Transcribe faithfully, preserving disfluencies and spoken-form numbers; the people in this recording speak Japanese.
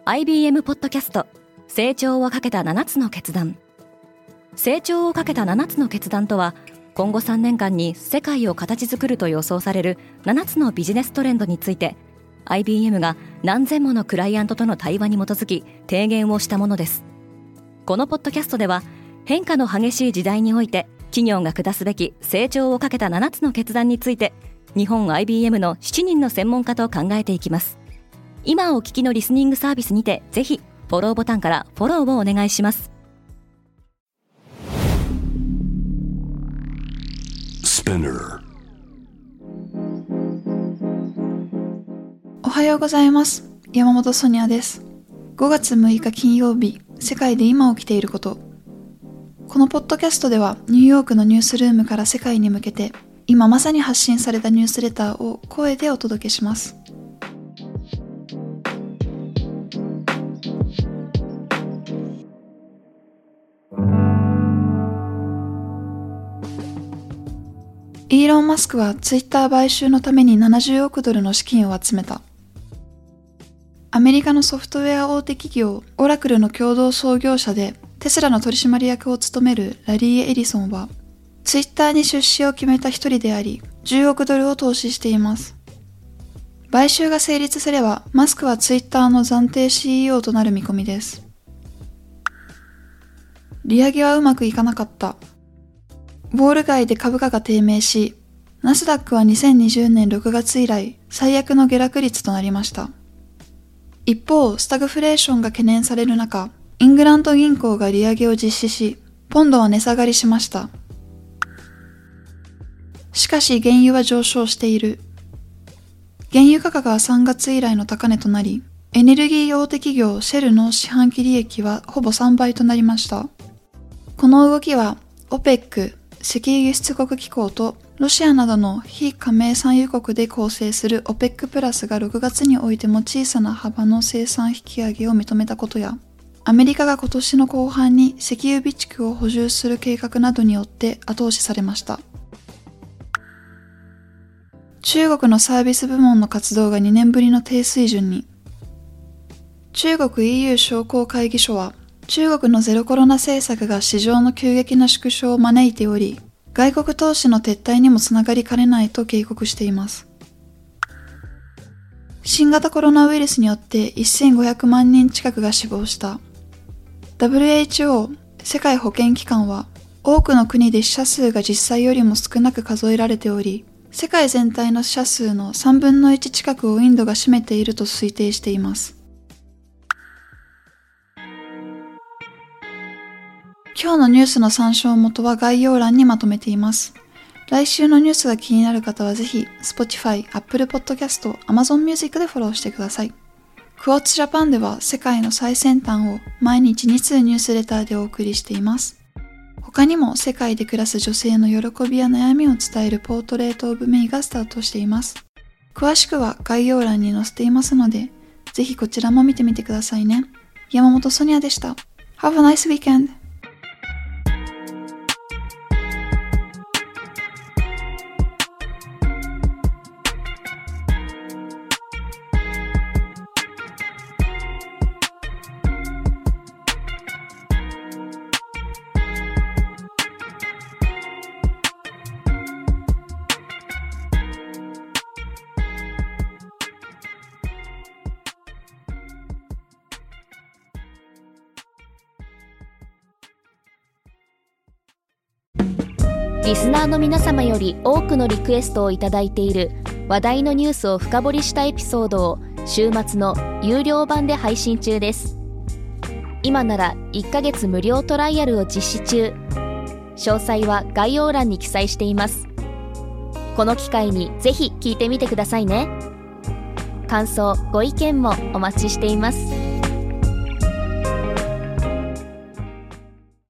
アイビーエム ポッドキャスト成長をかけたななつの決断。成長をかけたななつの決断とは、今後さんねんかんに世界を形作ると予想されるななつのビジネストレンドについて アイビーエム が何千ものクライアントとの対話に基づき提言をしたものです。このポッドキャストでは、変化の激しい時代において企業が下すべき成長をかけたななつの決断について、日本 アイビーエム のしちにんの専門家と考えていきます。今お聞きのリスニングサービスにて、ぜひフォローボタンからフォローをお願いします。 おはようございます。山本ソニアです。ごがつむいか金曜日、世界で今起きていること。このポッドキャストでは、ニューヨークのニュースルームから世界に向けて、今まさに発信されたニュースレターを声でお届けします。イーロン・マスクはツイッター買収のためにななじゅうおくドルの資金を集めた。アメリカのソフトウェア大手企業オラクルの共同創業者でテスラの取締役を務めるラリー・エリソンは、ツイッターに出資を決めた一人であり、じゅうおくドルを投資しています。買収が成立すれば、マスクはツイッターの暫定 シーイーオー となる見込みです。利上げはうまくいかなかった。ウォール街で株価が低迷し、ナスダックはにせんにじゅうねんろくがつ以来最悪の下落率となりました。一方、スタグフレーションが懸念される中、イングランド銀行が利上げを実施し、ポンドは値下がりしました。しかし原油は上昇している。原油価格はさんがつ以来の高値となり、エネルギー大手企業シェルの四半期利益はほぼさんばいとなりました。この動きは オペック、石油輸出国機構とロシアなどの非加盟産油国で構成する オペック プラスがろくがつにおいても小さな幅の生産引き上げを認めたことや、アメリカが今年の後半に石油備蓄を補充する計画などによって後押しされました。中国のサービス部門の活動がにねんぶりの低水準に。中国 イーユー 商工会議所は、中国のゼロコロナ政策が市場の急激な縮小を招いており、外国投資の撤退にもつながりかねないと警告しています。新型コロナウイルスによってせんごひゃくまんにん近くが死亡した。ダブリューエイチオー 世界保健機関は、多くの国で死者数が実際よりも少なく数えられており、世界全体の死者数のさんぶんのいち近くをインドが占めていると推定しています。今日のニュースの参照元は概要欄にまとめています。来週のニュースが気になる方はぜひ Spotify、Apple Podcast、Amazon Music でフォローしてください。クォーツジャパンでは世界の最先端を毎日に通ニュースレターでお送りしています。他にも世界で暮らす女性の喜びや悩みを伝えるポートレートオブメイがスタートしています。詳しくは概要欄に載せていますので、ぜひこちらも見てみてくださいね。山本ソニアでした。Have a nice weekend! リスナーの皆様より多くのリクエストをいただいている話題のニュースを深掘りしたエピソードを週末の有料版で配信中です。今ならいっかげつ無料トライアルを実施中。詳細は概要欄に記載しています。この機会にぜひ聞いてみてくださいね。感想、ご意見もお待ちしています。